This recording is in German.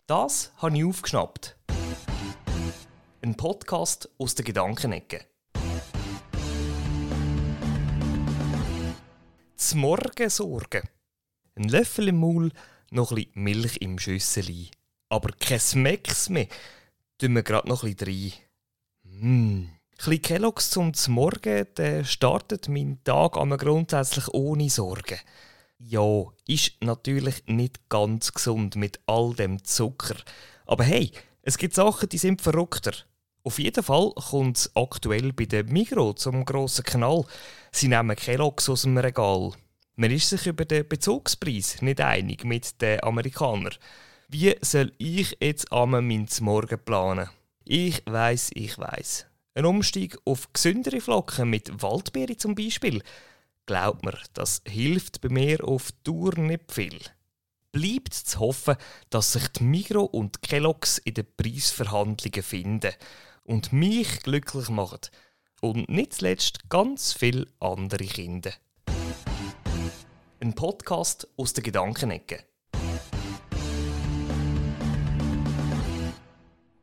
Das habe ich aufgeschnappt. Ein Podcast aus der Gedankenecke. Z'Morgensorgen. Ein Löffel im Maul, noch ein bisschen Milch im Schüsseli. Aber kein Smecks mehr. Tun wir gerade noch ein bisschen rein. Ein bisschen Kelloggs zum Z'Morgen, der startet meinen Tag einmal grundsätzlich ohne Sorgen. Ja, ist natürlich nicht ganz gesund mit all dem Zucker. Aber hey, es gibt Sachen, die sind verrückter. Auf jeden Fall kommt es aktuell bei der Migros zum grossen Knall. Sie nehmen Kelloggs aus dem Regal. Man ist sich über den Bezugspreis nicht einig mit den Amerikanern. Wie soll ich jetzt einmal meinen Morgen planen? Ich weiss. Ein Umstieg auf gesündere Flocken mit Waldbeere zum Beispiel. Glaubt mir, das hilft bei mir auf Dauer nicht viel. Bleibt zu hoffen, dass sich die Migros und die Kelloggs in den Preisverhandlungen finden und mich glücklich machen. Und nicht zuletzt ganz viele andere Kinder. Ein Podcast aus der Gedankenecke.